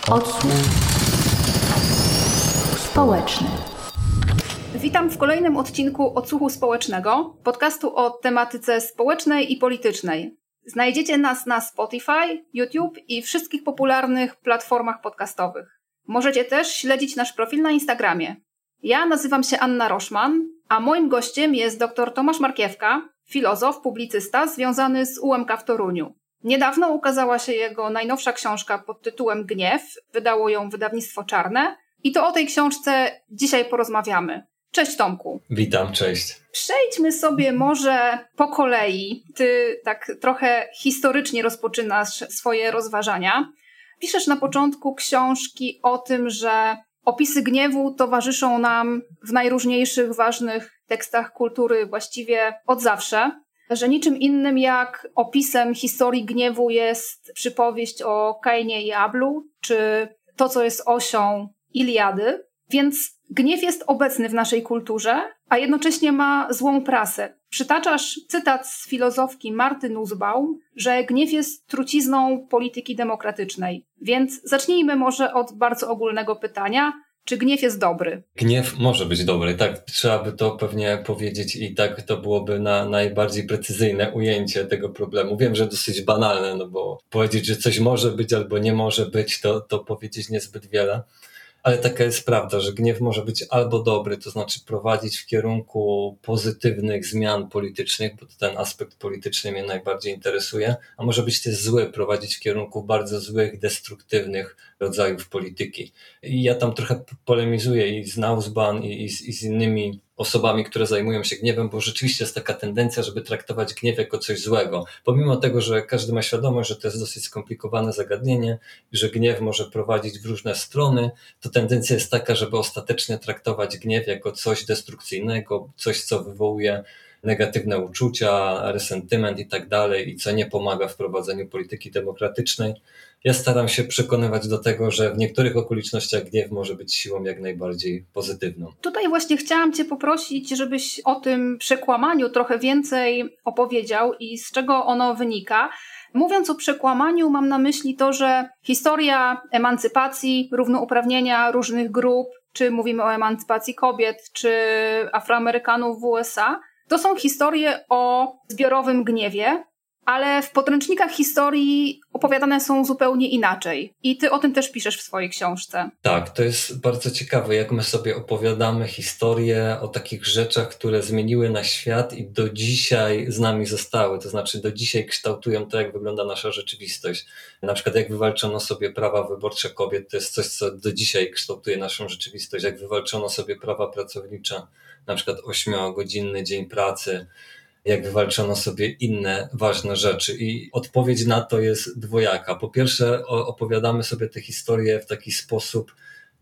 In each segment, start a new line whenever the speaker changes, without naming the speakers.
Odsłuch społeczny.
Witam w kolejnym odcinku Odsłuchu Społecznego, podcastu o tematyce społecznej i politycznej. Znajdziecie nas na Spotify, YouTube i wszystkich popularnych platformach podcastowych. Możecie też śledzić nasz profil na Instagramie. Ja nazywam się Anna Roszman, a moim gościem jest dr Tomasz Markiewka, filozof, publicysta związany z UMK w Toruniu. Niedawno ukazała się jego najnowsza książka pod tytułem Gniew, wydało ją wydawnictwo Czarne i to o tej książce dzisiaj porozmawiamy. Cześć Tomku.
Witam, cześć.
Przejdźmy sobie może po kolei. Ty tak trochę historycznie rozpoczynasz swoje rozważania. Piszesz na początku książki o tym, że opisy gniewu towarzyszą nam w najróżniejszych ważnych tekstach kultury właściwie od zawsze, że niczym innym jak opisem historii gniewu jest przypowieść o Kainie i Ablu, czy to, co jest osią Iliady. Więc gniew jest obecny w naszej kulturze, a jednocześnie ma złą prasę. Przytaczasz cytat z filozofki Marty Nussbaum, że gniew jest trucizną polityki demokratycznej. Więc zacznijmy może od bardzo ogólnego pytania. Czy gniew jest dobry?
Gniew może być dobry, tak. Trzeba by to pewnie powiedzieć i tak to byłoby najbardziej precyzyjne ujęcie tego problemu. Wiem, że dosyć banalne, no bo powiedzieć, że coś może być albo nie może być, to powiedzieć niezbyt wiele. Ale taka jest prawda, że gniew może być albo dobry, to znaczy prowadzić w kierunku pozytywnych zmian politycznych, bo ten aspekt polityczny mnie najbardziej interesuje, a może być też zły, prowadzić w kierunku bardzo złych, destruktywnych rodzajów polityki. I ja tam trochę polemizuję i z Nussbaum i z innymi osobami, które zajmują się gniewem, bo rzeczywiście jest taka tendencja, żeby traktować gniew jako coś złego. Pomimo tego, że każdy ma świadomość, że to jest dosyć skomplikowane zagadnienie i że gniew może prowadzić w różne strony, to tendencja jest taka, żeby ostatecznie traktować gniew jako coś destrukcyjnego, coś, co wywołuje negatywne uczucia, resentyment i tak dalej i co nie pomaga w prowadzeniu polityki demokratycznej. Ja staram się przekonywać do tego, że w niektórych okolicznościach gniew może być siłą jak najbardziej pozytywną.
Tutaj właśnie chciałam Cię poprosić, żebyś o tym przekłamaniu trochę więcej opowiedział i z czego ono wynika. Mówiąc o przekłamaniu, mam na myśli to, że historia emancypacji, równouprawnienia różnych grup, czy mówimy o emancypacji kobiet, czy Afroamerykanów w USA, to są historie o zbiorowym gniewie, ale w podręcznikach historii opowiadane są zupełnie inaczej. I ty o tym też piszesz w swojej książce.
Tak, to jest bardzo ciekawe, jak my sobie opowiadamy historię o takich rzeczach, które zmieniły nasz świat i do dzisiaj z nami zostały. To znaczy do dzisiaj kształtują to, jak wygląda nasza rzeczywistość. Na przykład jak wywalczono sobie prawa wyborcze kobiet, to jest coś, co do dzisiaj kształtuje naszą rzeczywistość. Jak wywalczono sobie prawa pracownicze, na przykład 8-godzinny dzień pracy, jak wywalczono sobie inne ważne rzeczy. I odpowiedź na to jest dwojaka. Po pierwsze, opowiadamy sobie te historie w taki sposób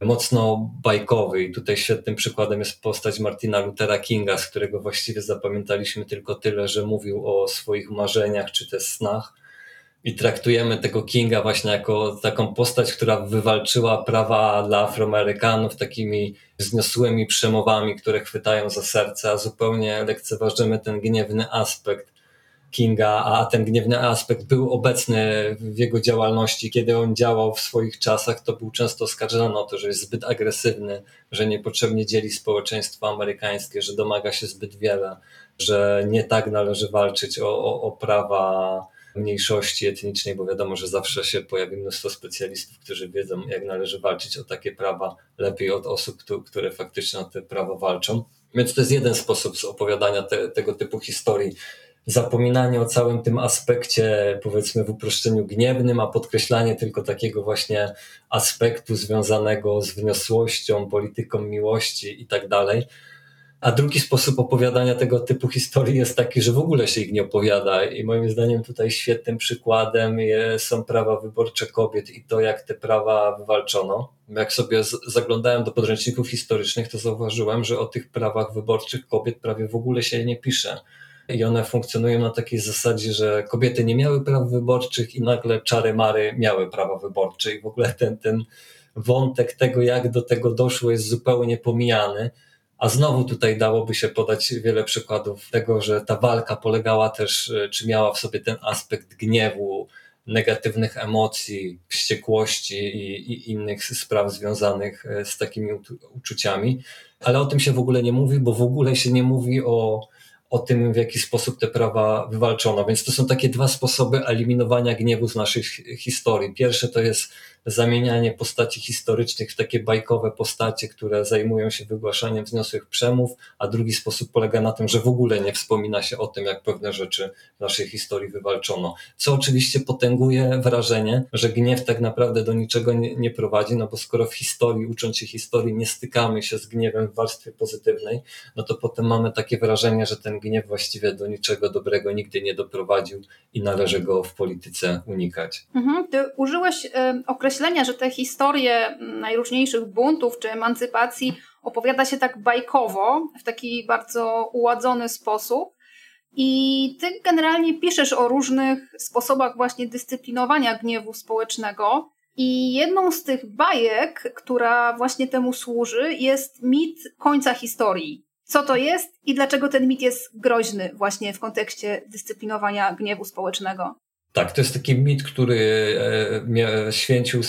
mocno bajkowy i tutaj świetnym przykładem jest postać Martina Luthera Kinga, z którego właściwie zapamiętaliśmy tylko tyle, że mówił o swoich marzeniach czy też snach. I traktujemy tego Kinga właśnie jako taką postać, która wywalczyła prawa dla Afroamerykanów takimi wzniosłymi przemowami, które chwytają za serce, a zupełnie lekceważymy ten gniewny aspekt Kinga, a ten gniewny aspekt był obecny w jego działalności. Kiedy on działał w swoich czasach, to był często oskarżany o to, że jest zbyt agresywny, że niepotrzebnie dzieli społeczeństwo amerykańskie, że domaga się zbyt wiele, że nie tak należy walczyć o prawa mniejszości etnicznej, bo wiadomo, że zawsze się pojawi mnóstwo specjalistów, którzy wiedzą, jak należy walczyć o takie prawa lepiej od osób, które faktycznie o te prawa walczą. Więc to jest jeden sposób z opowiadania tego typu historii. Zapominanie o całym tym aspekcie, powiedzmy w uproszczeniu gniewnym, a podkreślanie tylko takiego właśnie aspektu związanego z wniosłością, polityką miłości i tak dalej. A drugi sposób opowiadania tego typu historii jest taki, że w ogóle się ich nie opowiada i moim zdaniem tutaj świetnym przykładem są prawa wyborcze kobiet i to, jak te prawa wywalczono. Jak sobie zaglądałem do podręczników historycznych, to zauważyłem, że o tych prawach wyborczych kobiet prawie w ogóle się nie pisze. I one funkcjonują na takiej zasadzie, że kobiety nie miały praw wyborczych i nagle czary-mary miały prawa wyborcze i w ogóle ten wątek tego, jak do tego doszło, jest zupełnie pomijany. A znowu tutaj dałoby się podać wiele przykładów tego, że ta walka polegała też, czy miała w sobie ten aspekt gniewu negatywnych emocji, wściekłości i innych spraw związanych z takimi uczuciami. Ale o tym się w ogóle nie mówi, bo w ogóle się nie mówi o tym, w jaki sposób te prawa wywalczono. Więc to są takie dwa sposoby eliminowania gniewu z naszej historii. Pierwsze to jest zamienianie postaci historycznych w takie bajkowe postacie, które zajmują się wygłaszaniem wzniosłych przemów, a drugi sposób polega na tym, że w ogóle nie wspomina się o tym, jak pewne rzeczy w naszej historii wywalczono. Co oczywiście potęguje wrażenie, że gniew tak naprawdę do niczego nie prowadzi, no bo skoro w historii, ucząc się historii, nie stykamy się z gniewem w warstwie pozytywnej, no to potem mamy takie wrażenie, że ten gniew właściwie do niczego dobrego nigdy nie doprowadził i należy go w polityce unikać.
Ty użyłeś określenia, że te historie najróżniejszych buntów czy emancypacji opowiada się tak bajkowo, w taki bardzo uładzony sposób. I ty generalnie piszesz o różnych sposobach właśnie dyscyplinowania gniewu społecznego. I jedną z tych bajek, która właśnie temu służy, jest mit końca historii. Co to jest i dlaczego ten mit jest groźny właśnie w kontekście dyscyplinowania gniewu społecznego?
Tak, to jest taki mit, który święcił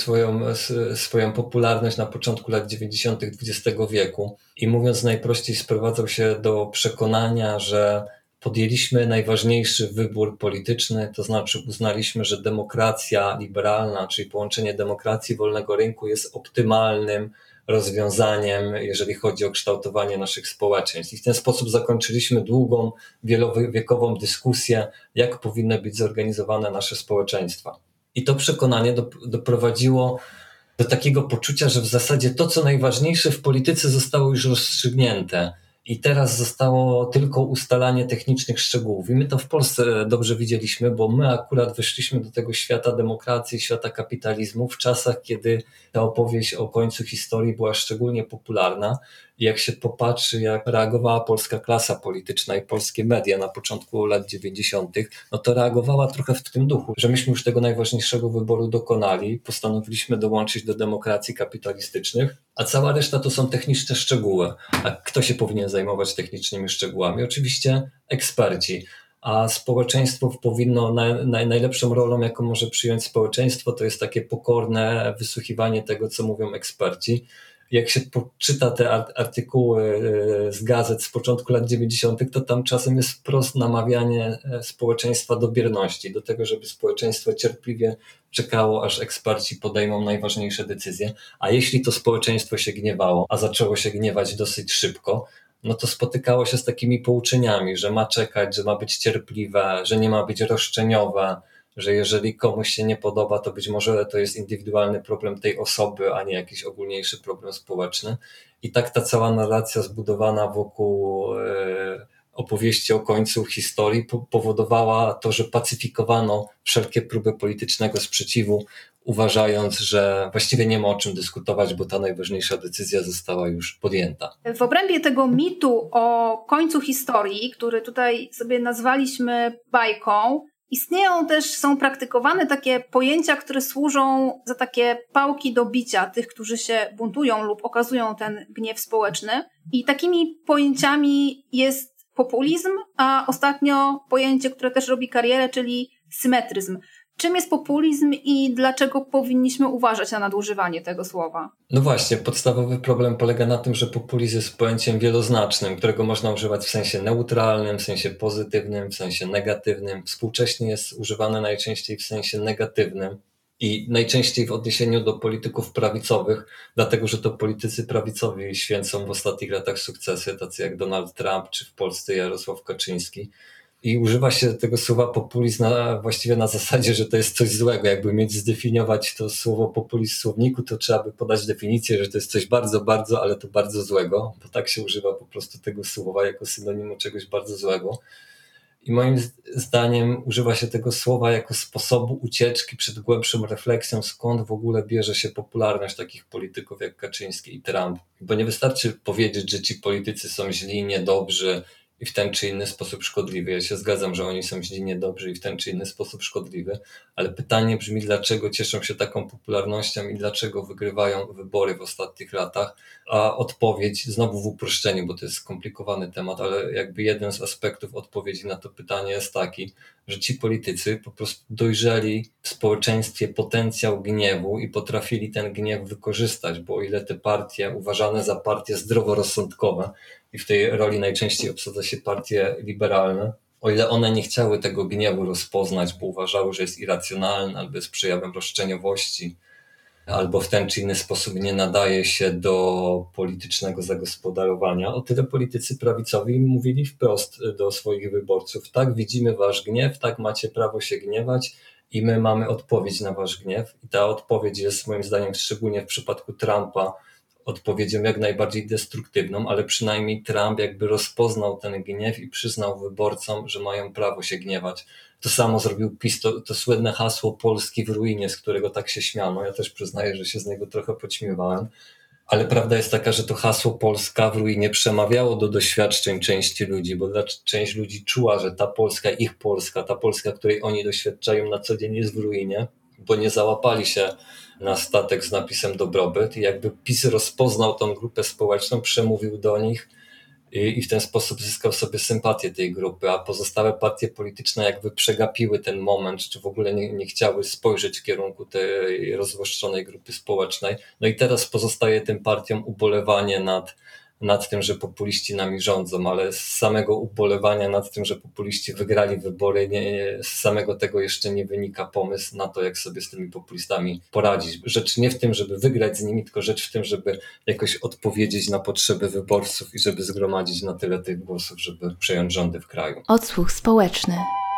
swoją popularność na początku lat 90. XX wieku i mówiąc najprościej sprowadzał się do przekonania, że podjęliśmy najważniejszy wybór polityczny, to znaczy uznaliśmy, że demokracja liberalna, czyli połączenie demokracji i wolnego rynku jest optymalnym rozwiązaniem, jeżeli chodzi o kształtowanie naszych społeczeństw. I w ten sposób zakończyliśmy długą, wielowiekową dyskusję, jak powinny być zorganizowane nasze społeczeństwa. I to przekonanie doprowadziło do takiego poczucia, że w zasadzie to, co najważniejsze w polityce, zostało już rozstrzygnięte. I teraz zostało tylko ustalanie technicznych szczegółów. I my to w Polsce dobrze widzieliśmy, bo my akurat weszliśmy do tego świata demokracji, świata kapitalizmu w czasach, kiedy ta opowieść o końcu historii była szczególnie popularna. I jak się popatrzy, jak reagowała polska klasa polityczna i polskie media na początku lat 90., no to reagowała trochę w tym duchu, że myśmy już tego najważniejszego wyboru dokonali, postanowiliśmy dołączyć do demokracji kapitalistycznych, a cała reszta to są techniczne szczegóły. A kto się powinien zajmować technicznymi szczegółami? Oczywiście eksperci. A społeczeństwo powinno, najlepszą rolą, jaką może przyjąć społeczeństwo, to jest takie pokorne wysłuchiwanie tego, co mówią eksperci. Jak się czyta te artykuły z gazet z początku lat 90., to tam czasem jest wprost namawianie społeczeństwa do bierności, do tego, żeby społeczeństwo cierpliwie czekało, aż eksperci podejmą najważniejsze decyzje. A jeśli to społeczeństwo się gniewało, a zaczęło się gniewać dosyć szybko, no to spotykało się z takimi pouczeniami, że ma czekać, że ma być cierpliwe, że nie ma być roszczeniowe, że jeżeli komuś się nie podoba, to być może to jest indywidualny problem tej osoby, a nie jakiś ogólniejszy problem społeczny. I tak ta cała narracja zbudowana wokół opowieści o końcu historii powodowała to, że pacyfikowano wszelkie próby politycznego sprzeciwu, uważając, że właściwie nie ma o czym dyskutować, bo ta najważniejsza decyzja została już podjęta.
W obrębie tego mitu o końcu historii, który tutaj sobie nazwaliśmy bajką, są praktykowane takie pojęcia, które służą za takie pałki do bicia tych, którzy się buntują lub okazują ten gniew społeczny. I takimi pojęciami jest populizm, a ostatnio pojęcie, które też robi karierę, czyli symetryzm. Czym jest populizm i dlaczego powinniśmy uważać na nadużywanie tego słowa?
No właśnie, podstawowy problem polega na tym, że populizm jest pojęciem wieloznacznym, którego można używać w sensie neutralnym, w sensie pozytywnym, w sensie negatywnym. Współcześnie jest używane najczęściej w sensie negatywnym i najczęściej w odniesieniu do polityków prawicowych, dlatego że to politycy prawicowi święcą w ostatnich latach sukcesy, tacy jak Donald Trump czy w Polsce Jarosław Kaczyński. I używa się tego słowa populizm właściwie na zasadzie, że to jest coś złego. Jakby mieć zdefiniować to słowo populizm w słowniku, to trzeba by podać definicję, że to jest coś bardzo, bardzo, ale to bardzo złego, bo tak się używa po prostu tego słowa jako synonimu czegoś bardzo złego. I moim zdaniem używa się tego słowa jako sposobu ucieczki przed głębszą refleksją, skąd w ogóle bierze się popularność takich polityków jak Kaczyński i Trump. Bo nie wystarczy powiedzieć, że ci politycy są źli, niedobrzy i w ten czy inny sposób szkodliwy. Ja się zgadzam, że oni są źli, niedobrzy i w ten czy inny sposób szkodliwy, ale pytanie brzmi, dlaczego cieszą się taką popularnością i dlaczego wygrywają wybory w ostatnich latach, a odpowiedź znowu w uproszczeniu, bo to jest skomplikowany temat, ale jakby jeden z aspektów odpowiedzi na to pytanie jest taki, że ci politycy po prostu dojrzeli w społeczeństwie potencjał gniewu i potrafili ten gniew wykorzystać, bo o ile te partie uważane za partie zdroworozsądkowe i w tej roli najczęściej obsadza się partie liberalne, o ile one nie chciały tego gniewu rozpoznać, bo uważały, że jest irracjonalny albo jest przejawem roszczeniowości, albo w ten czy inny sposób nie nadaje się do politycznego zagospodarowania. O tyle politycy prawicowi mówili wprost do swoich wyborców: tak, widzimy wasz gniew, tak, macie prawo się gniewać i my mamy odpowiedź na wasz gniew. I ta odpowiedź jest moim zdaniem, szczególnie w przypadku Trumpa, odpowiedzią jak najbardziej destruktywną, ale przynajmniej Trump jakby rozpoznał ten gniew i przyznał wyborcom, że mają prawo się gniewać. To samo zrobił PiS, to słynne hasło Polski w ruinie, z którego tak się śmiano. Ja też przyznaję, że się z niego trochę podśmiewałem, ale prawda jest taka, że to hasło Polska w ruinie przemawiało do doświadczeń części ludzi, bo część ludzi czuła, że ta Polska, ich Polska, ta Polska, której oni doświadczają na co dzień, jest w ruinie, bo nie załapali się na statek z napisem dobrobyt i jakby PiS rozpoznał tą grupę społeczną, przemówił do nich i w ten sposób zyskał sobie sympatię tej grupy, a pozostałe partie polityczne jakby przegapiły ten moment, czy w ogóle nie chciały spojrzeć w kierunku tej rozwłaszczonej grupy społecznej. No i teraz pozostaje tym partiom ubolewanie nad tym, że populiści nami rządzą, ale z samego ubolewania nad tym, że populiści wygrali wybory, z samego tego jeszcze nie wynika pomysł na to, jak sobie z tymi populistami poradzić. Rzecz nie w tym, żeby wygrać z nimi, tylko rzecz w tym, żeby jakoś odpowiedzieć na potrzeby wyborców i żeby zgromadzić na tyle tych głosów, żeby przejąć rządy w kraju.
Odsłuch społeczny.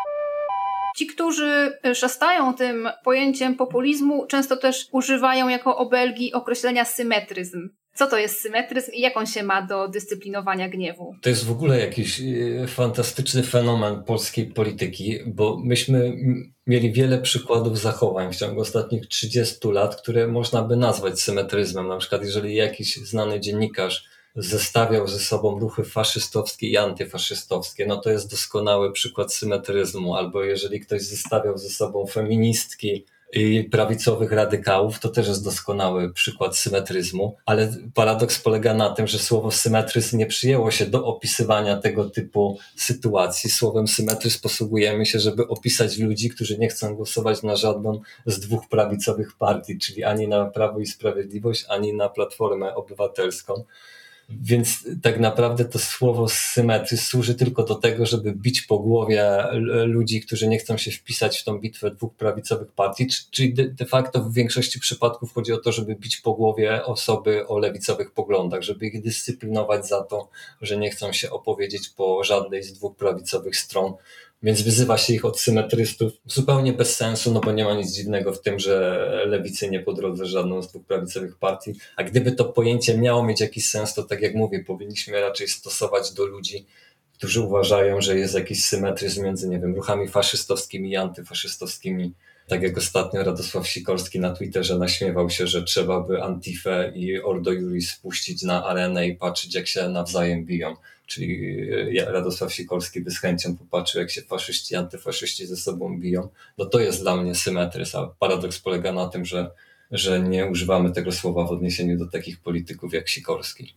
Ci, którzy szastają tym pojęciem populizmu, często też używają jako obelgi określenia symetryzm. Co to jest symetryzm i jak on się ma do dyscyplinowania gniewu?
To jest w ogóle jakiś fantastyczny fenomen polskiej polityki, bo myśmy mieli wiele przykładów zachowań w ciągu ostatnich 30 lat, które można by nazwać symetryzmem. Na przykład jeżeli jakiś znany dziennikarz zestawiał ze sobą ruchy faszystowskie i antyfaszystowskie, no to jest doskonały przykład symetryzmu. Albo jeżeli ktoś zestawiał ze sobą feministki i prawicowych radykałów, to też jest doskonały przykład symetryzmu, ale paradoks polega na tym, że słowo symetryzm nie przyjęło się do opisywania tego typu sytuacji. Słowem symetryzm posługujemy się, żeby opisać ludzi, którzy nie chcą głosować na żadną z dwóch prawicowych partii, czyli ani na Prawo i Sprawiedliwość, ani na Platformę Obywatelską. Więc tak naprawdę to słowo symetryzm służy tylko do tego, żeby bić po głowie ludzi, którzy nie chcą się wpisać w tą bitwę dwóch prawicowych partii, czyli de facto w większości przypadków chodzi o to, żeby bić po głowie osoby o lewicowych poglądach, żeby ich dyscyplinować za to, że nie chcą się opowiedzieć po żadnej z dwóch prawicowych stron. Więc wyzywa się ich od symetrystów zupełnie bez sensu, no bo nie ma nic dziwnego w tym, że lewicy nie po drodze żadną z dwóch prawicowych partii. A gdyby to pojęcie miało mieć jakiś sens, to tak jak mówię, powinniśmy raczej stosować do ludzi, którzy uważają, że jest jakiś symetryzm między, nie wiem, ruchami faszystowskimi i antyfaszystowskimi. Tak jak ostatnio Radosław Sikorski na Twitterze naśmiewał się, że trzeba by Antifę i Ordo Iuris wpuścić na arenę i patrzeć, jak się nawzajem biją. Czyli Radosław Sikorski by z chęcią popatrzył, jak się faszyści i antyfaszyści ze sobą biją. No to jest dla mnie symetryzm, a paradoks polega na tym, że nie używamy tego słowa w odniesieniu do takich polityków jak Sikorski.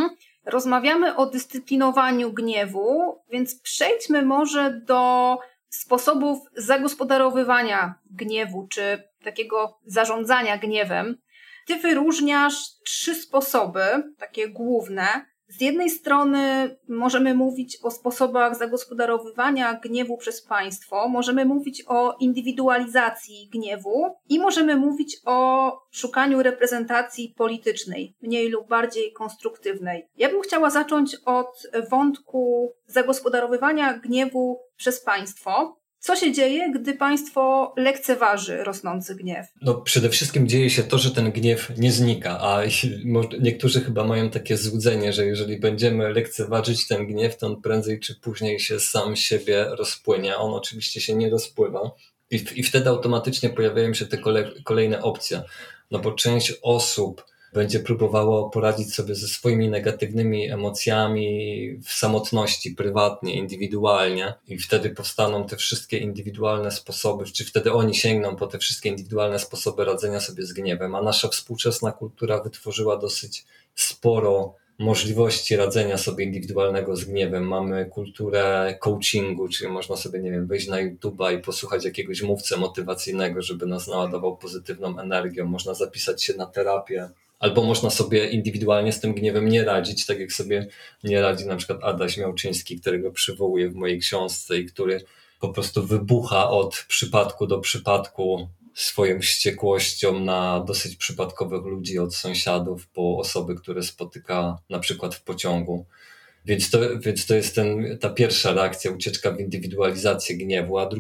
Rozmawiamy o dyscyplinowaniu gniewu, więc przejdźmy może do sposobów zagospodarowywania gniewu, czy takiego zarządzania gniewem. Ty wyróżniasz 3 sposoby, takie główne. Z jednej strony możemy mówić o sposobach zagospodarowywania gniewu przez państwo, możemy mówić o indywidualizacji gniewu i możemy mówić o szukaniu reprezentacji politycznej, mniej lub bardziej konstruktywnej. Ja bym chciała zacząć od wątku zagospodarowywania gniewu przez państwo. Co się dzieje, gdy państwo lekceważy rosnący gniew?
No przede wszystkim dzieje się to, że ten gniew nie znika, a niektórzy chyba mają takie złudzenie, że jeżeli będziemy lekceważyć ten gniew, to on prędzej czy później się sam siebie rozpłynie. On oczywiście się nie rozpływa i wtedy automatycznie pojawiają się te kolejne opcje, no bo część osób będzie próbowało poradzić sobie ze swoimi negatywnymi emocjami w samotności, prywatnie, indywidualnie i wtedy powstaną te wszystkie indywidualne sposoby, czy wtedy oni sięgną po te wszystkie indywidualne sposoby radzenia sobie z gniewem, a nasza współczesna kultura wytworzyła dosyć sporo możliwości radzenia sobie indywidualnego z gniewem. Mamy kulturę coachingu, czyli można sobie, nie wiem, wejść na YouTube'a i posłuchać jakiegoś mówcę motywacyjnego, żeby nas naładował pozytywną energią. Można zapisać się na terapię. Albo można sobie indywidualnie z tym gniewem nie radzić, tak jak sobie nie radzi na przykład Adaś Miałczyński, którego przywołuję w mojej książce i który po prostu wybucha od przypadku do przypadku swoją wściekłością na dosyć przypadkowych ludzi, od sąsiadów po osoby, które spotyka na przykład w pociągu. Więc to jest ta pierwsza reakcja, ucieczka w indywidualizację gniewu, a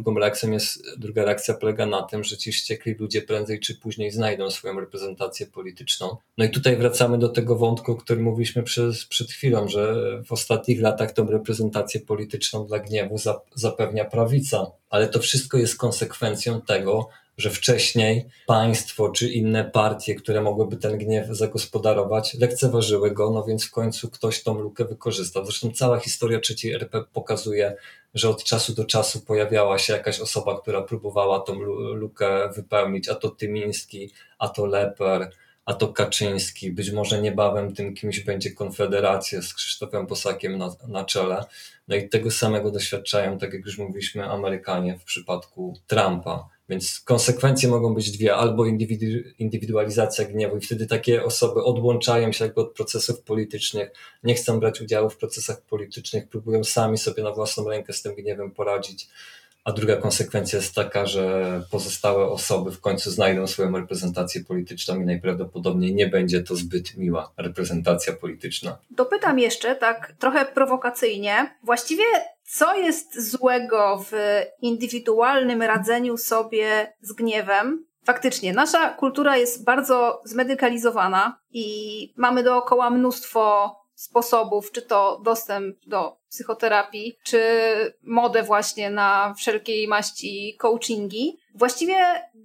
druga reakcja polega na tym, że ci wściekli ludzie prędzej czy później znajdą swoją reprezentację polityczną. No i tutaj wracamy do tego wątku, o którym mówiliśmy przed chwilą, że w ostatnich latach tą reprezentację polityczną dla gniewu zapewnia prawica, ale to wszystko jest konsekwencją tego, że wcześniej państwo czy inne partie, które mogłyby ten gniew zagospodarować, lekceważyły go, no więc w końcu ktoś tą lukę wykorzystał. Zresztą cała historia III RP pokazuje, że od czasu do czasu pojawiała się jakaś osoba, która próbowała tą lukę wypełnić, a to Tymiński, a to Leper, a to Kaczyński, być może niebawem tym kimś będzie Konfederacja z Krzysztofem Bosakiem na czele. No i tego samego doświadczają, tak jak już mówiliśmy, Amerykanie w przypadku Trumpa. Więc konsekwencje mogą być dwie, albo indywidualizacja gniewu i wtedy takie osoby odłączają się jakby od procesów politycznych, nie chcą brać udziału w procesach politycznych, próbują sami sobie na własną rękę z tym gniewem poradzić. A druga konsekwencja jest taka, że pozostałe osoby w końcu znajdą swoją reprezentację polityczną i najprawdopodobniej nie będzie to zbyt miła reprezentacja polityczna.
Dopytam jeszcze tak trochę prowokacyjnie, właściwie co jest złego w indywidualnym radzeniu sobie z gniewem? Faktycznie, nasza kultura jest bardzo zmedykalizowana i mamy dookoła mnóstwo sposobów, czy to dostęp do psychoterapii, czy modę właśnie na wszelkiej maści coachingi. Właściwie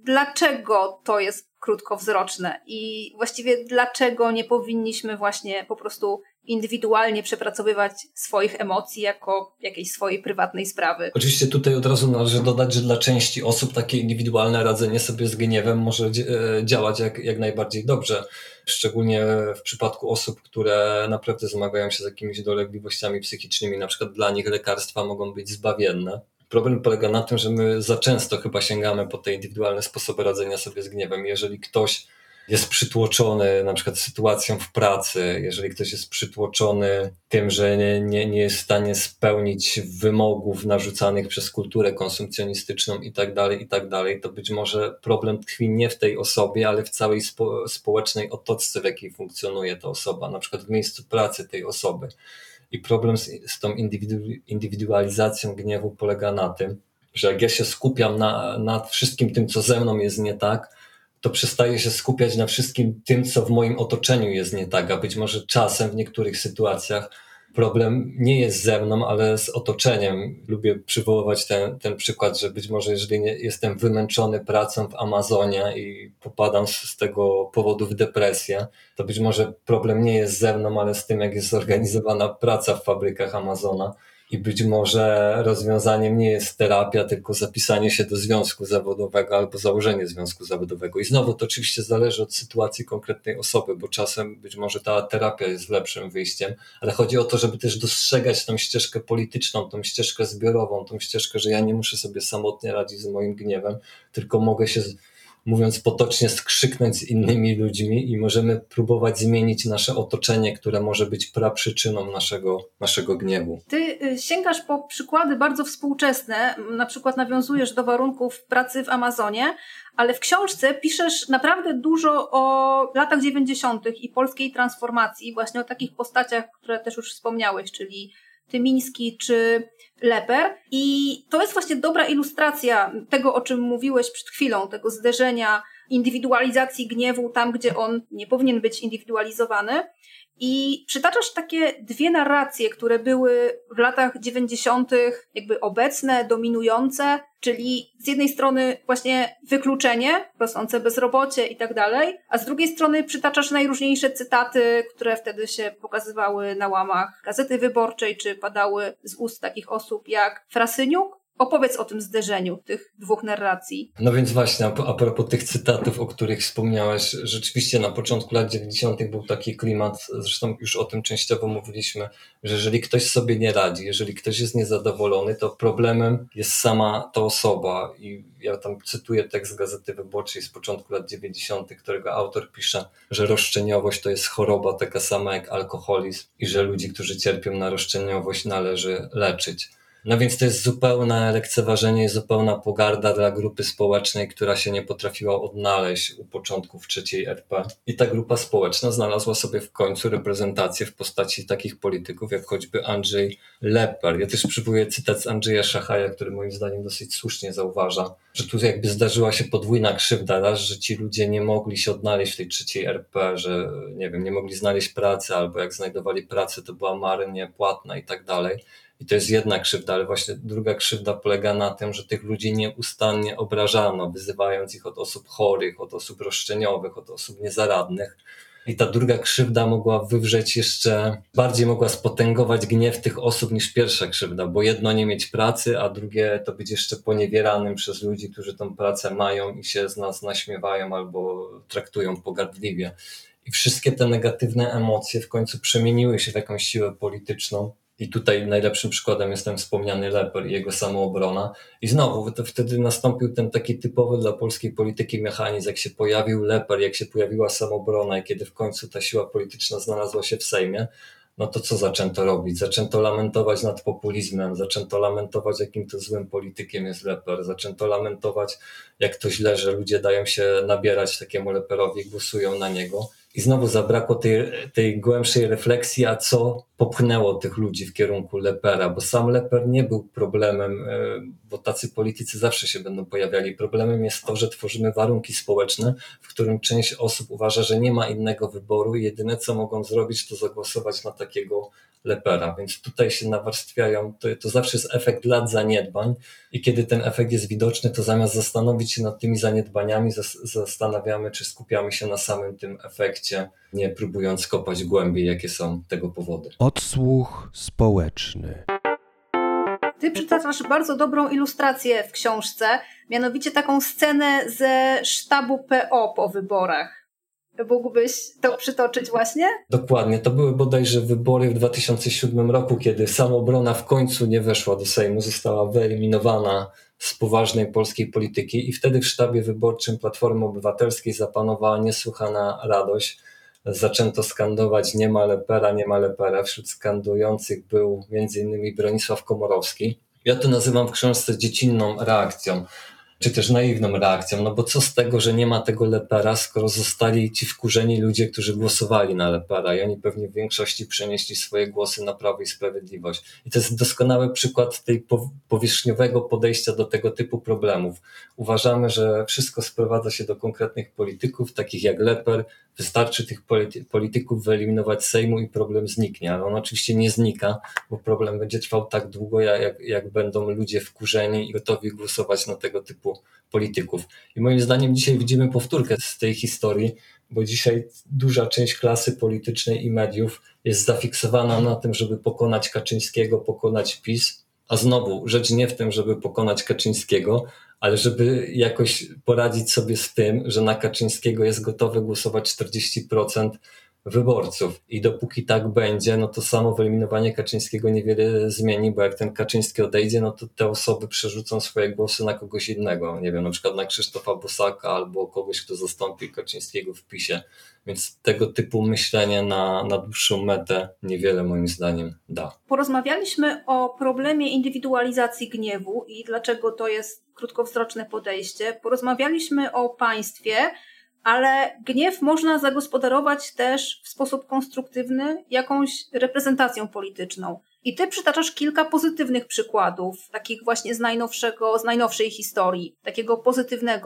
dlaczego to jest krótkowzroczne i właściwie dlaczego nie powinniśmy właśnie po prostu indywidualnie przepracowywać swoich emocji jako jakiejś swojej prywatnej sprawy.
Oczywiście tutaj od razu należy dodać, że dla części osób takie indywidualne radzenie sobie z gniewem może działać jak najbardziej dobrze. Szczególnie w przypadku osób, które naprawdę zmagają się z jakimiś dolegliwościami psychicznymi, na przykład dla nich lekarstwa mogą być zbawienne. Problem polega na tym, że my za często chyba sięgamy po te indywidualne sposoby radzenia sobie z gniewem. Jeżeli ktoś jest przytłoczony na przykład sytuacją w pracy, jeżeli ktoś jest przytłoczony tym, że nie jest w stanie spełnić wymogów narzucanych przez kulturę konsumpcjonistyczną i tak dalej, to być może problem tkwi nie w tej osobie, ale w całej społecznej otoczce, w jakiej funkcjonuje ta osoba, na przykład w miejscu pracy tej osoby. I problem z tą indywidualizacją gniewu polega na tym, że jak ja się skupiam na wszystkim tym, co ze mną jest nie tak, to przestaję się skupiać na wszystkim tym, co w moim otoczeniu jest nie tak, a być może czasem w niektórych sytuacjach problem nie jest ze mną, ale z otoczeniem. Lubię przywoływać ten przykład, że być może jeżeli jestem wymęczony pracą w Amazonie i popadam z tego powodu w depresję, to być może problem nie jest ze mną, ale z tym, jak jest zorganizowana praca w fabrykach Amazona. I być może rozwiązaniem nie jest terapia, tylko zapisanie się do związku zawodowego albo założenie związku zawodowego. I znowu to oczywiście zależy od sytuacji konkretnej osoby, bo czasem być może ta terapia jest lepszym wyjściem, ale chodzi o to, żeby też dostrzegać tą ścieżkę polityczną, tą ścieżkę zbiorową, tą ścieżkę, że ja nie muszę sobie samotnie radzić z moim gniewem, tylko mogę się, mówiąc potocznie, skrzyknąć z innymi ludźmi i możemy próbować zmienić nasze otoczenie, które może być praprzyczyną naszego gniewu.
Ty sięgasz po przykłady bardzo współczesne, na przykład nawiązujesz do warunków pracy w Amazonie, ale w książce piszesz naprawdę dużo o latach 90. i polskiej transformacji, właśnie o takich postaciach, które też już wspomniałeś, czyli Tymiński czy Leper. I to jest właśnie dobra ilustracja tego, o czym mówiłeś przed chwilą, tego zderzenia indywidualizacji gniewu tam, gdzie on nie powinien być indywidualizowany. I przytaczasz takie dwie narracje, które były w latach 90. jakby obecne, dominujące, czyli z jednej strony właśnie wykluczenie, rosnące bezrobocie i tak dalej, a z drugiej strony przytaczasz najróżniejsze cytaty, które wtedy się pokazywały na łamach Gazety Wyborczej, czy padały z ust takich osób jak Frasyniuk. Opowiedz o tym zderzeniu tych dwóch narracji.
No więc właśnie, a propos tych cytatów, o których wspomniałeś, rzeczywiście na początku lat 90. był taki klimat, zresztą już o tym częściowo mówiliśmy, że jeżeli ktoś sobie nie radzi, jeżeli ktoś jest niezadowolony, to problemem jest sama ta osoba. I ja tam cytuję tekst Gazety Wyborczej z początku lat 90., którego autor pisze, że roszczeniowość to jest choroba taka sama jak alkoholizm i że ludzi, którzy cierpią na roszczeniowość, należy leczyć. No więc to jest zupełne lekceważenie i zupełna pogarda dla grupy społecznej, która się nie potrafiła odnaleźć u początków III RP. I ta grupa społeczna znalazła sobie w końcu reprezentację w postaci takich polityków jak choćby Andrzej Lepper. Ja też przywołuję cytat z Andrzeja Szachaja, który moim zdaniem dosyć słusznie zauważa, że tu jakby zdarzyła się podwójna krzywda. Raz, że ci ludzie nie mogli się odnaleźć w tej III RP, że nie wiem, nie mogli znaleźć pracy, albo jak znajdowali pracę, to była marnie płatna i tak dalej. I to jest jedna krzywda, ale właśnie druga krzywda polega na tym, że tych ludzi nieustannie obrażano, wyzywając ich od osób chorych, od osób roszczeniowych, od osób niezaradnych. I ta druga krzywda mogła wywrzeć jeszcze, bardziej mogła spotęgować gniew tych osób niż pierwsza krzywda, bo jedno nie mieć pracy, a drugie to być jeszcze poniewieranym przez ludzi, którzy tą pracę mają i się z nas naśmiewają albo traktują pogardliwie. I wszystkie te negatywne emocje w końcu przemieniły się w jakąś siłę polityczną. I tutaj najlepszym przykładem jest ten wspomniany Lepper i jego samoobrona. I znowu to wtedy nastąpił ten taki typowy dla polskiej polityki mechanizm, jak się pojawił Lepper, jak się pojawiła samoobrona i kiedy w końcu ta siła polityczna znalazła się w Sejmie, no to co zaczęto robić? Zaczęto lamentować nad populizmem, zaczęto lamentować, jakim to złym politykiem jest Lepper, zaczęto lamentować, jak to źle, że ludzie dają się nabierać takiemu Lepperowi, głosują na niego. I znowu zabrakło tej głębszej refleksji, a co popchnęło tych ludzi w kierunku Leppera, bo sam Lepper nie był problemem, bo tacy politycy zawsze się będą pojawiali. Problemem jest to, że tworzymy warunki społeczne, w którym część osób uważa, że nie ma innego wyboru i jedyne co mogą zrobić, to zagłosować na takiego Leppera. Więc tutaj się nawarstwiają, to zawsze jest efekt lat zaniedbań i kiedy ten efekt jest widoczny, to zamiast zastanowić się nad tymi zaniedbaniami, zastanawiamy, czy skupiamy się na samym tym efekcie, nie próbując kopać głębiej, jakie są tego powody.
Odsłuch społeczny.
Ty przytaczasz bardzo dobrą ilustrację w książce, mianowicie taką scenę ze sztabu PO po wyborach. Mógłbyś to przytoczyć właśnie?
Dokładnie. To były bodajże wybory w 2007 roku, kiedy Samoobrona w końcu nie weszła do Sejmu, została wyeliminowana z poważnej polskiej polityki i wtedy w sztabie wyborczym Platformy Obywatelskiej zapanowała niesłychana radość. Zaczęto skandować nie ma Leppera, nie ma Leppera. Wśród skandujących był m.in. Bronisław Komorowski. Ja to nazywam w książce dziecinną reakcją, czy też naiwną reakcją, no bo co z tego, że nie ma tego Leppera, skoro zostali ci wkurzeni ludzie, którzy głosowali na Leppera i oni pewnie w większości przenieśli swoje głosy na Prawo i Sprawiedliwość. I to jest doskonały przykład tej powierzchniowego podejścia do tego typu problemów. Uważamy, że wszystko sprowadza się do konkretnych polityków, takich jak Lepper. Wystarczy tych polityków wyeliminować z Sejmu i problem zniknie, ale on oczywiście nie znika, bo problem będzie trwał tak długo, jak będą ludzie wkurzeni i gotowi głosować na tego typu polityków. I moim zdaniem dzisiaj widzimy powtórkę z tej historii, bo dzisiaj duża część klasy politycznej i mediów jest zafiksowana na tym, żeby pokonać Kaczyńskiego, pokonać PiS, a znowu rzecz nie w tym, żeby pokonać Kaczyńskiego, ale żeby jakoś poradzić sobie z tym, że na Kaczyńskiego jest gotowe głosować 40% wyborców. I dopóki tak będzie, no to samo wyeliminowanie Kaczyńskiego niewiele zmieni, bo jak ten Kaczyński odejdzie, no to te osoby przerzucą swoje głosy na kogoś innego. Nie wiem, na przykład na Krzysztofa Bosaka albo kogoś, kto zastąpi Kaczyńskiego w PiS-ie. Więc tego typu myślenie na dłuższą metę niewiele moim zdaniem da.
Porozmawialiśmy o problemie indywidualizacji gniewu i dlaczego to jest krótkowzroczne podejście. Porozmawialiśmy o państwie, ale gniew można zagospodarować też w sposób konstruktywny jakąś reprezentacją polityczną. I ty przytaczasz kilka pozytywnych przykładów, takich właśnie z najnowszej historii, takiego pozytywnego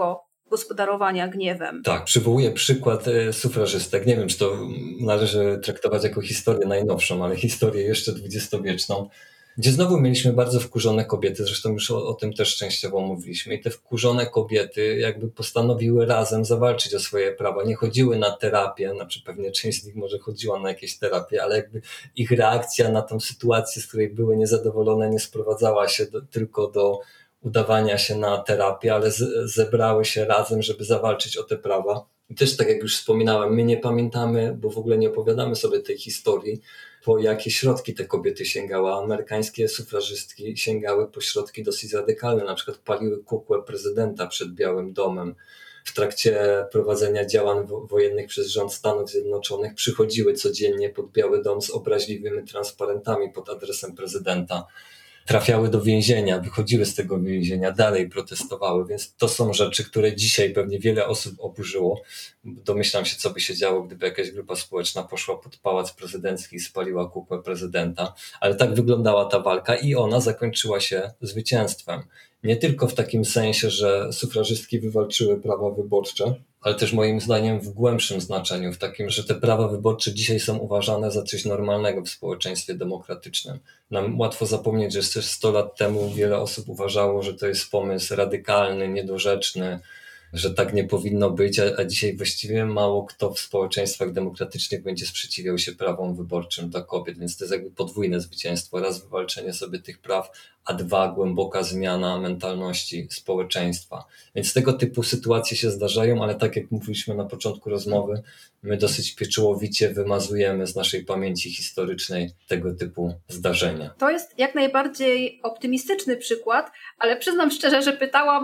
gospodarowania gniewem.
Tak, przywołuję przykład sufrażystek. Nie wiem, czy to należy traktować jako historię najnowszą, ale historię jeszcze dwudziestowieczną, gdzie znowu mieliśmy bardzo wkurzone kobiety, zresztą już o tym też częściowo mówiliśmy, i te wkurzone kobiety jakby postanowiły razem zawalczyć o swoje prawa. Nie chodziły na terapię, znaczy pewnie część z nich może chodziła na jakieś terapie, ale jakby ich reakcja na tą sytuację, z której były niezadowolone, nie sprowadzała się tylko do udawania się na terapię, ale zebrały się razem, żeby zawalczyć o te prawa. I też tak jak już wspominałem, my nie pamiętamy, bo w ogóle nie opowiadamy sobie tej historii, po jakie środki te kobiety sięgały. Amerykańskie sufrażystki sięgały po środki dosyć radykalne, na przykład paliły kukłę prezydenta przed Białym Domem. W trakcie prowadzenia działań wojennych przez rząd Stanów Zjednoczonych przychodziły codziennie pod Biały Dom z obraźliwymi transparentami pod adresem prezydenta. Trafiały do więzienia, wychodziły z tego więzienia, dalej protestowały, więc to są rzeczy, które dzisiaj pewnie wiele osób oburzyło. Domyślam się, co by się działo, gdyby jakaś grupa społeczna poszła pod Pałac Prezydencki i spaliła kukłę prezydenta, ale tak wyglądała ta walka i ona zakończyła się zwycięstwem. Nie tylko w takim sensie, że sufrażystki wywalczyły prawa wyborcze, ale też moim zdaniem w głębszym znaczeniu, w takim, że te prawa wyborcze dzisiaj są uważane za coś normalnego w społeczeństwie demokratycznym. Nam łatwo zapomnieć, że jeszcze 100 lat temu wiele osób uważało, że to jest pomysł radykalny, niedorzeczny, że tak nie powinno być, a dzisiaj właściwie mało kto w społeczeństwach demokratycznych będzie sprzeciwiał się prawom wyborczym dla kobiet, więc to jest jakby podwójne zwycięstwo. Raz wywalczenie sobie tych praw, a dwa głęboka zmiana mentalności społeczeństwa. Więc tego typu sytuacje się zdarzają, ale tak jak mówiliśmy na początku rozmowy, my dosyć pieczołowicie wymazujemy z naszej pamięci historycznej tego typu zdarzenia.
To jest jak najbardziej optymistyczny przykład, ale przyznam szczerze, że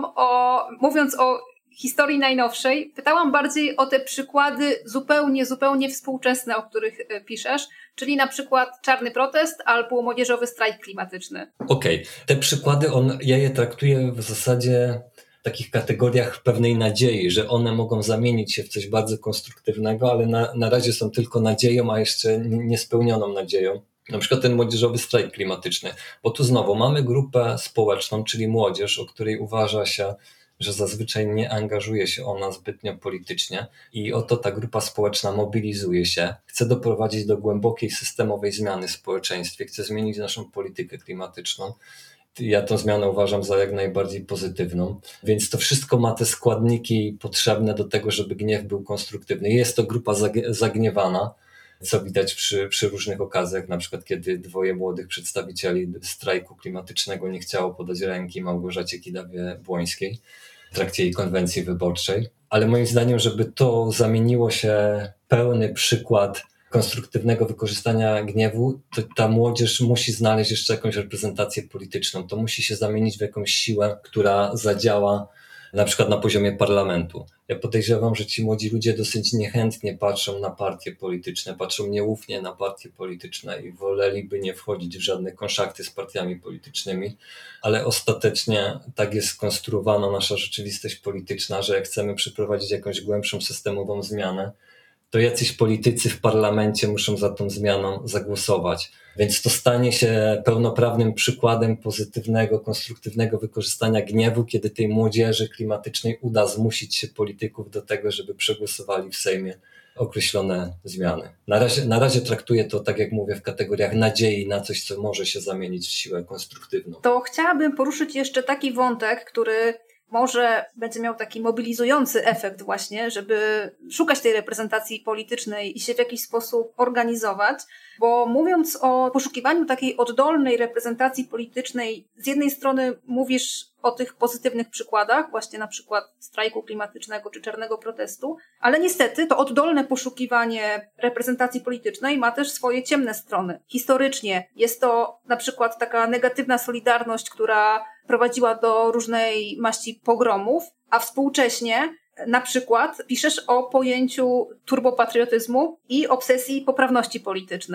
mówiąc o historii najnowszej, pytałam bardziej o te przykłady zupełnie współczesne, o których piszesz, czyli na przykład czarny protest albo młodzieżowy strajk klimatyczny.
Okej. Te przykłady, ja je traktuję w zasadzie w takich kategoriach pewnej nadziei, że one mogą zamienić się w coś bardzo konstruktywnego, ale na razie są tylko nadzieją, a jeszcze niespełnioną nadzieją. Na przykład ten młodzieżowy strajk klimatyczny, bo tu znowu mamy grupę społeczną, czyli młodzież, o której uważa się, że zazwyczaj nie angażuje się ona zbytnio politycznie i oto ta grupa społeczna mobilizuje się, chce doprowadzić do głębokiej systemowej zmiany w społeczeństwie, chce zmienić naszą politykę klimatyczną. Ja tę zmianę uważam za jak najbardziej pozytywną, więc to wszystko ma te składniki potrzebne do tego, żeby gniew był konstruktywny. Jest to grupa zagniewana, co widać przy różnych okazjach, na przykład kiedy dwoje młodych przedstawicieli strajku klimatycznego nie chciało podać ręki Małgorzacie Kidawie-Błońskiej w trakcie jej konwencji wyborczej. Ale moim zdaniem, żeby to zamieniło się pełny przykład konstruktywnego wykorzystania gniewu, to ta młodzież musi znaleźć jeszcze jakąś reprezentację polityczną. To musi się zamienić w jakąś siłę, która zadziała na przykład na poziomie parlamentu. Ja podejrzewam, że ci młodzi ludzie dosyć niechętnie patrzą na partie polityczne, patrzą nieufnie na partie polityczne i woleliby nie wchodzić w żadne konszachty z partiami politycznymi, ale ostatecznie tak jest skonstruowana nasza rzeczywistość polityczna, że jak chcemy przeprowadzić jakąś głębszą systemową zmianę, to jacyś politycy w parlamencie muszą za tą zmianą zagłosować. Więc to stanie się pełnoprawnym przykładem pozytywnego, konstruktywnego wykorzystania gniewu, kiedy tej młodzieży klimatycznej uda zmusić się polityków do tego, żeby przegłosowali w Sejmie określone zmiany. Na razie traktuję to, tak jak mówię, w kategoriach nadziei na coś, co może się zamienić w siłę konstruktywną.
To chciałabym poruszyć jeszcze taki wątek, który może będzie miał taki mobilizujący efekt właśnie, żeby szukać tej reprezentacji politycznej i się w jakiś sposób organizować, bo mówiąc o poszukiwaniu takiej oddolnej reprezentacji politycznej, z jednej strony mówisz o tych pozytywnych przykładach, właśnie na przykład strajku klimatycznego czy czarnego protestu, ale niestety to oddolne poszukiwanie reprezentacji politycznej ma też swoje ciemne strony. Historycznie jest to na przykład taka negatywna solidarność, która prowadziła do różnej maści pogromów, a współcześnie na przykład piszesz o pojęciu turbopatriotyzmu i obsesji poprawności politycznej.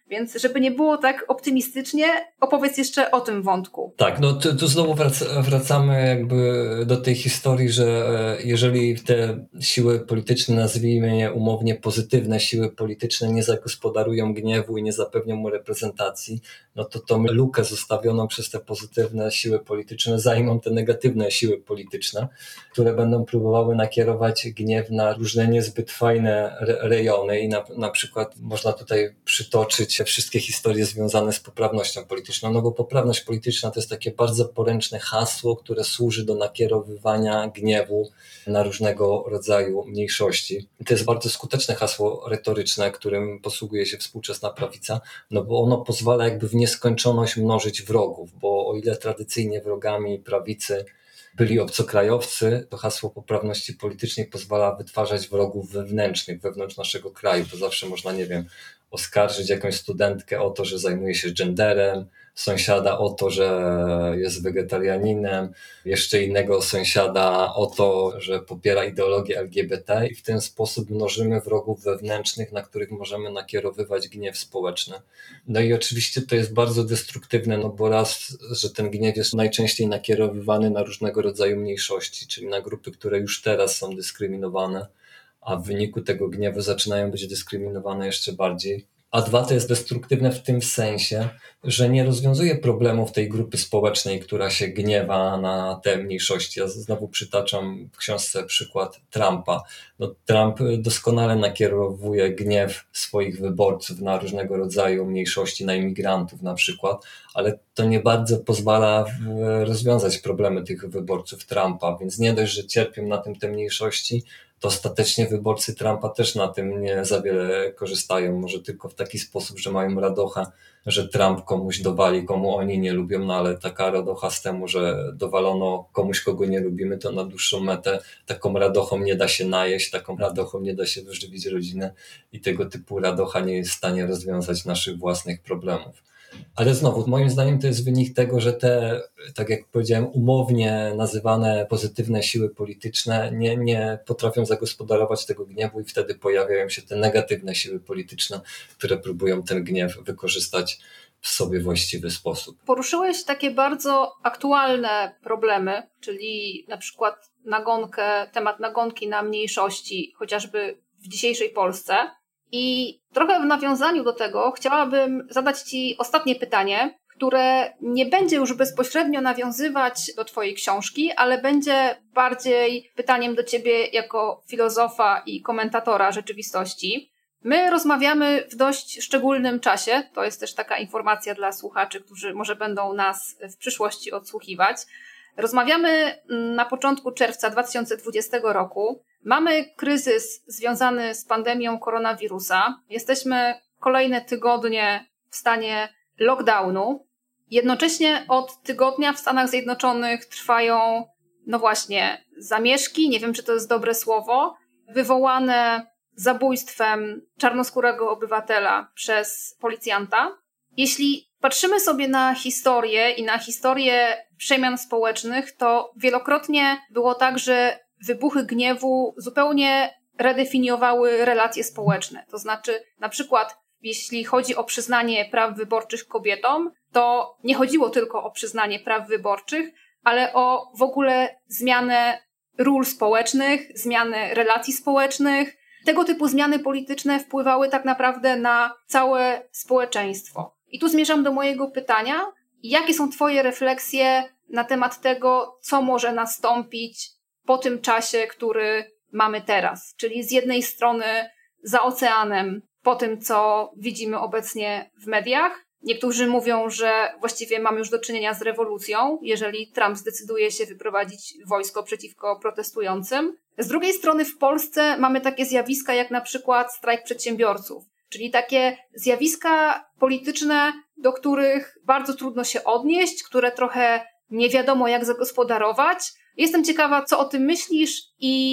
Więc żeby nie było tak optymistycznie, opowiedz jeszcze o tym wątku.
Tak, no tu znowu wracamy jakby do tej historii, że jeżeli te siły polityczne, nazwijmy je umownie pozytywne siły polityczne, nie zagospodarują gniewu i nie zapewnią mu reprezentacji, no to tą lukę zostawioną przez te pozytywne siły polityczne zajmą te negatywne siły polityczne, które będą próbowały nakierować gniew na różne niezbyt fajne rejony i na przykład można tutaj przytoczyć wszystkie historie związane z poprawnością polityczną, no bo poprawność polityczna to jest takie bardzo poręczne hasło, które służy do nakierowywania gniewu na różnego rodzaju mniejszości. I to jest bardzo skuteczne hasło retoryczne, którym posługuje się współczesna prawica, no bo ono pozwala jakby w nieskończoność mnożyć wrogów, bo o ile tradycyjnie wrogami prawicy byli obcokrajowcy, to hasło poprawności politycznej pozwala wytwarzać wrogów wewnętrznych, wewnątrz naszego kraju. To zawsze można, nie wiem, oskarżyć jakąś studentkę o to, że zajmuje się genderem, sąsiada o to, że jest wegetarianinem, jeszcze innego sąsiada o to, że popiera ideologię LGBT i w ten sposób mnożymy wrogów wewnętrznych, na których możemy nakierowywać gniew społeczny. No i oczywiście to jest bardzo destruktywne, no bo raz, że ten gniew jest najczęściej nakierowywany na różnego rodzaju mniejszości, czyli na grupy, które już teraz są dyskryminowane, a w wyniku tego gniewu zaczynają być dyskryminowane jeszcze bardziej. A dwa, to jest destruktywne w tym sensie, że nie rozwiązuje problemów tej grupy społecznej, która się gniewa na te mniejszości. Ja znowu przytaczam w książce przykład Trumpa. No, Trump doskonale nakierowuje gniew swoich wyborców na różnego rodzaju mniejszości, na imigrantów na przykład, ale to nie bardzo pozwala rozwiązać problemy tych wyborców Trumpa, więc nie dość, że cierpią na tym te mniejszości, to ostatecznie wyborcy Trumpa też na tym nie za wiele korzystają. Może tylko w taki sposób, że mają radochę, że Trump komuś dowali, komu oni nie lubią, no ale taka radocha z temu, że dowalono komuś, kogo nie lubimy, to na dłuższą metę taką radochą nie da się najeść, taką radochą nie da się wyżywić rodzinę i tego typu radocha nie jest w stanie rozwiązać naszych własnych problemów. Ale znowu, moim zdaniem to jest wynik tego, że te, tak jak powiedziałem, umownie nazywane pozytywne siły polityczne nie potrafią zagospodarować tego gniewu i wtedy pojawiają się te negatywne siły polityczne, które próbują ten gniew wykorzystać w sobie właściwy sposób.
Poruszyłeś takie bardzo aktualne problemy, czyli na przykład temat nagonki na mniejszości, chociażby w dzisiejszej Polsce. I trochę w nawiązaniu do tego chciałabym zadać Ci ostatnie pytanie, które nie będzie już bezpośrednio nawiązywać do Twojej książki, ale będzie bardziej pytaniem do Ciebie jako filozofa i komentatora rzeczywistości. My rozmawiamy w dość szczególnym czasie, to jest też taka informacja dla słuchaczy, którzy może będą nas w przyszłości odsłuchiwać. Rozmawiamy na początku czerwca 2020 roku. Mamy kryzys związany z pandemią koronawirusa. Jesteśmy kolejne tygodnie w stanie lockdownu. Jednocześnie od tygodnia w Stanach Zjednoczonych trwają, no właśnie, zamieszki, nie wiem, czy to jest dobre słowo, wywołane zabójstwem czarnoskórego obywatela przez policjanta. Jeśli patrzymy sobie na historię i na historię przemian społecznych, to wielokrotnie było tak, że wybuchy gniewu zupełnie redefiniowały relacje społeczne. To znaczy, na przykład, jeśli chodzi o przyznanie praw wyborczych kobietom, to nie chodziło tylko o przyznanie praw wyborczych, ale o w ogóle zmianę ról społecznych, zmianę relacji społecznych. Tego typu zmiany polityczne wpływały tak naprawdę na całe społeczeństwo. I tu zmierzam do mojego pytania. Jakie są Twoje refleksje na temat tego, co może nastąpić po tym czasie, który mamy teraz? Czyli z jednej strony za oceanem, po tym, co widzimy obecnie w mediach. Niektórzy mówią, że właściwie mamy już do czynienia z rewolucją, jeżeli Trump zdecyduje się wyprowadzić wojsko przeciwko protestującym. Z drugiej strony w Polsce mamy takie zjawiska jak na przykład strajk przedsiębiorców, czyli takie zjawiska polityczne, do których bardzo trudno się odnieść, które trochę nie wiadomo jak zagospodarować. Jestem ciekawa, co o tym myślisz i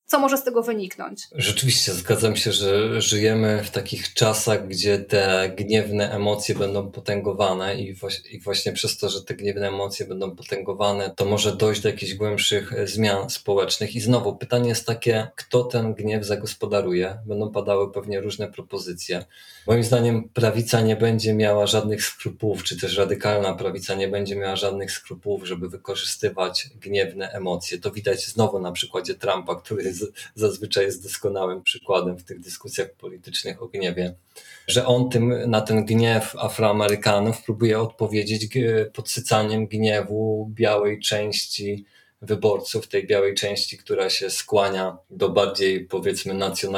co może z tego wyniknąć?
Rzeczywiście, zgadzam się, że żyjemy w takich czasach, gdzie te gniewne emocje będą potęgowane i właśnie przez to, że te gniewne emocje będą potęgowane, to może dojść do jakichś głębszych zmian społecznych. I znowu pytanie jest takie, kto ten gniew zagospodaruje? Będą padały pewnie różne propozycje. Moim zdaniem prawica nie będzie miała żadnych skrupułów, czy też radykalna prawica nie będzie miała żadnych skrupułów, żeby wykorzystywać gniewne emocje. To widać znowu na przykładzie Trumpa, który zazwyczaj jest doskonałym przykładem w tych dyskusjach politycznych o gniewie, że on na ten gniew Afroamerykanów próbuje odpowiedzieć podsycaniem gniewu białej części wyborców, tej białej części, która się skłania do bardziej, powiedzmy,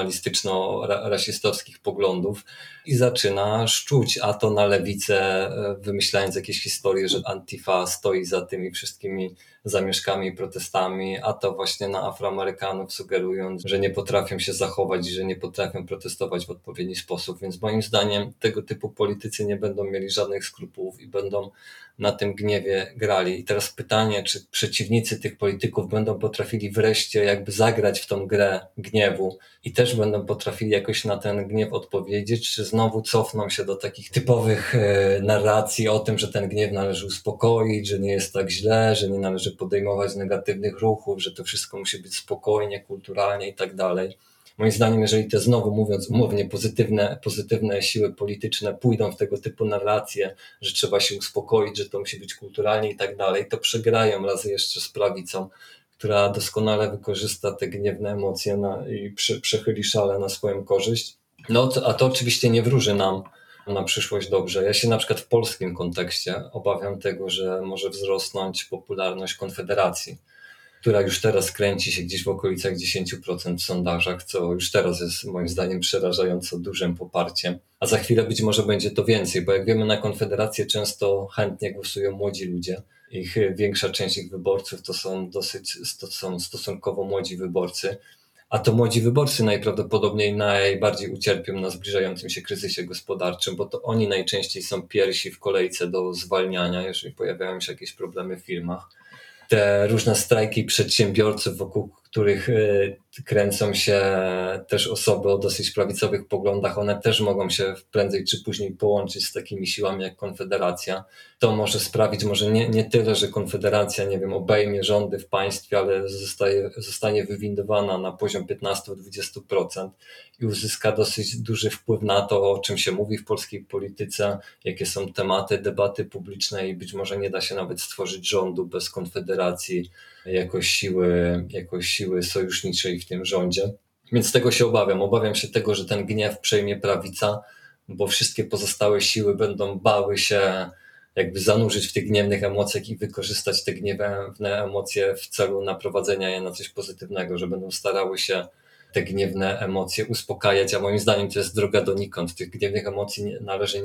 nacjonalistyczno-rasistowskich poglądów i zaczyna szczuć, a to na lewicę, wymyślając jakieś historie, że Antifa stoi za tymi wszystkimi zamieszkami i protestami, a to właśnie na Afroamerykanów, sugerując, że nie potrafią się zachować i że nie potrafią protestować w odpowiedni sposób. Więc moim zdaniem tego typu politycy nie będą mieli żadnych skrupułów i będą na tym gniewie grali. I teraz pytanie, czy przeciwnicy tych polityków będą potrafili wreszcie jakby zagrać w tą grę gniewu i też będą potrafili jakoś na ten gniew odpowiedzieć, czy znowu cofną się do takich typowych narracji o tym, że ten gniew należy uspokoić, że nie jest tak źle, że nie należy podejmować negatywnych ruchów, że to wszystko musi być spokojnie, kulturalnie i tak dalej. Moim zdaniem, jeżeli te znowu mówiąc umownie pozytywne siły polityczne pójdą w tego typu narracje, że trzeba się uspokoić, że to musi być kulturalnie i tak dalej, to przegrają raz jeszcze z prawicą, która doskonale wykorzysta te gniewne emocje i przechyli szale na swoją korzyść. No, a to oczywiście nie wróży nam na przyszłość dobrze. Ja się na przykład w polskim kontekście obawiam tego, że może wzrosnąć popularność Konfederacji, która już teraz kręci się gdzieś w okolicach 10% w sondażach, co już teraz jest moim zdaniem przerażająco dużym poparciem. A za chwilę być może będzie to więcej, bo jak wiemy, na Konfederację często chętnie głosują młodzi ludzie. Większa część ich wyborców to są stosunkowo młodzi wyborcy. A to młodzi wyborcy najprawdopodobniej najbardziej ucierpią na zbliżającym się kryzysie gospodarczym, bo to oni najczęściej są pierwsi w kolejce do zwalniania, jeżeli pojawiają się jakieś problemy w firmach. Te różne strajki przedsiębiorców, wokół których kręcą się też osoby o dosyć prawicowych poglądach, one też mogą się prędzej czy później połączyć z takimi siłami jak Konfederacja. To może sprawić, może nie tyle, że Konfederacja, nie wiem, obejmie rządy w państwie, ale zostanie wywindowana na poziom 15-20% i uzyska dosyć duży wpływ na to, o czym się mówi w polskiej polityce, jakie są tematy debaty publicznej i być może nie da się nawet stworzyć rządu bez Konfederacji jako siły sojuszniczej w tym rządzie. Więc tego się obawiam. Obawiam się tego, że ten gniew przejmie prawica, bo wszystkie pozostałe siły będą bały się jakby zanurzyć w tych gniewnych emocjach i wykorzystać te gniewne emocje w celu naprowadzenia je na coś pozytywnego, że będą starały się te gniewne emocje uspokajać, a moim zdaniem to jest droga donikąd. Tych gniewnych emocji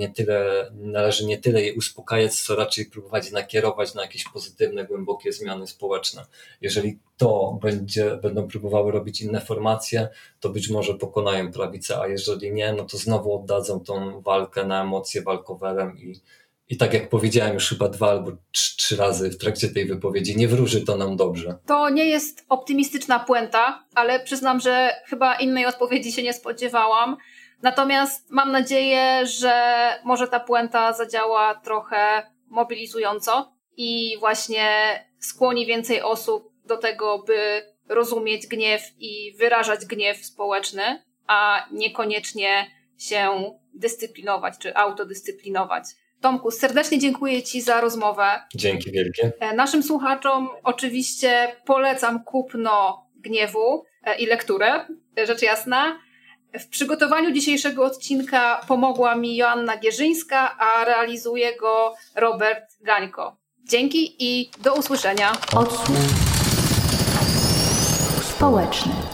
należy nie tyle je uspokajać, co raczej próbować nakierować na jakieś pozytywne, głębokie zmiany społeczne. Jeżeli to będą próbowały robić inne formacje, to być może pokonają prawicę, a jeżeli nie, no to znowu oddadzą tą walkę na emocje walkowerem i tak jak powiedziałem już chyba 2 albo 3 razy w trakcie tej wypowiedzi, nie wróży to nam dobrze.
To nie jest optymistyczna puenta, ale przyznam, że chyba innej odpowiedzi się nie spodziewałam. Natomiast mam nadzieję, że może ta puenta zadziała trochę mobilizująco i właśnie skłoni więcej osób do tego, by rozumieć gniew i wyrażać gniew społeczny, a niekoniecznie się dyscyplinować czy autodyscyplinować. Tomku, serdecznie dziękuję Ci za rozmowę.
Dzięki wielkie.
Naszym słuchaczom oczywiście polecam kupno Gniewu i lekturę, rzecz jasna. W przygotowaniu dzisiejszego odcinka pomogła mi Joanna Gierzyńska, a realizuje go Robert Gańko. Dzięki i do usłyszenia.
Odsłuch społeczny.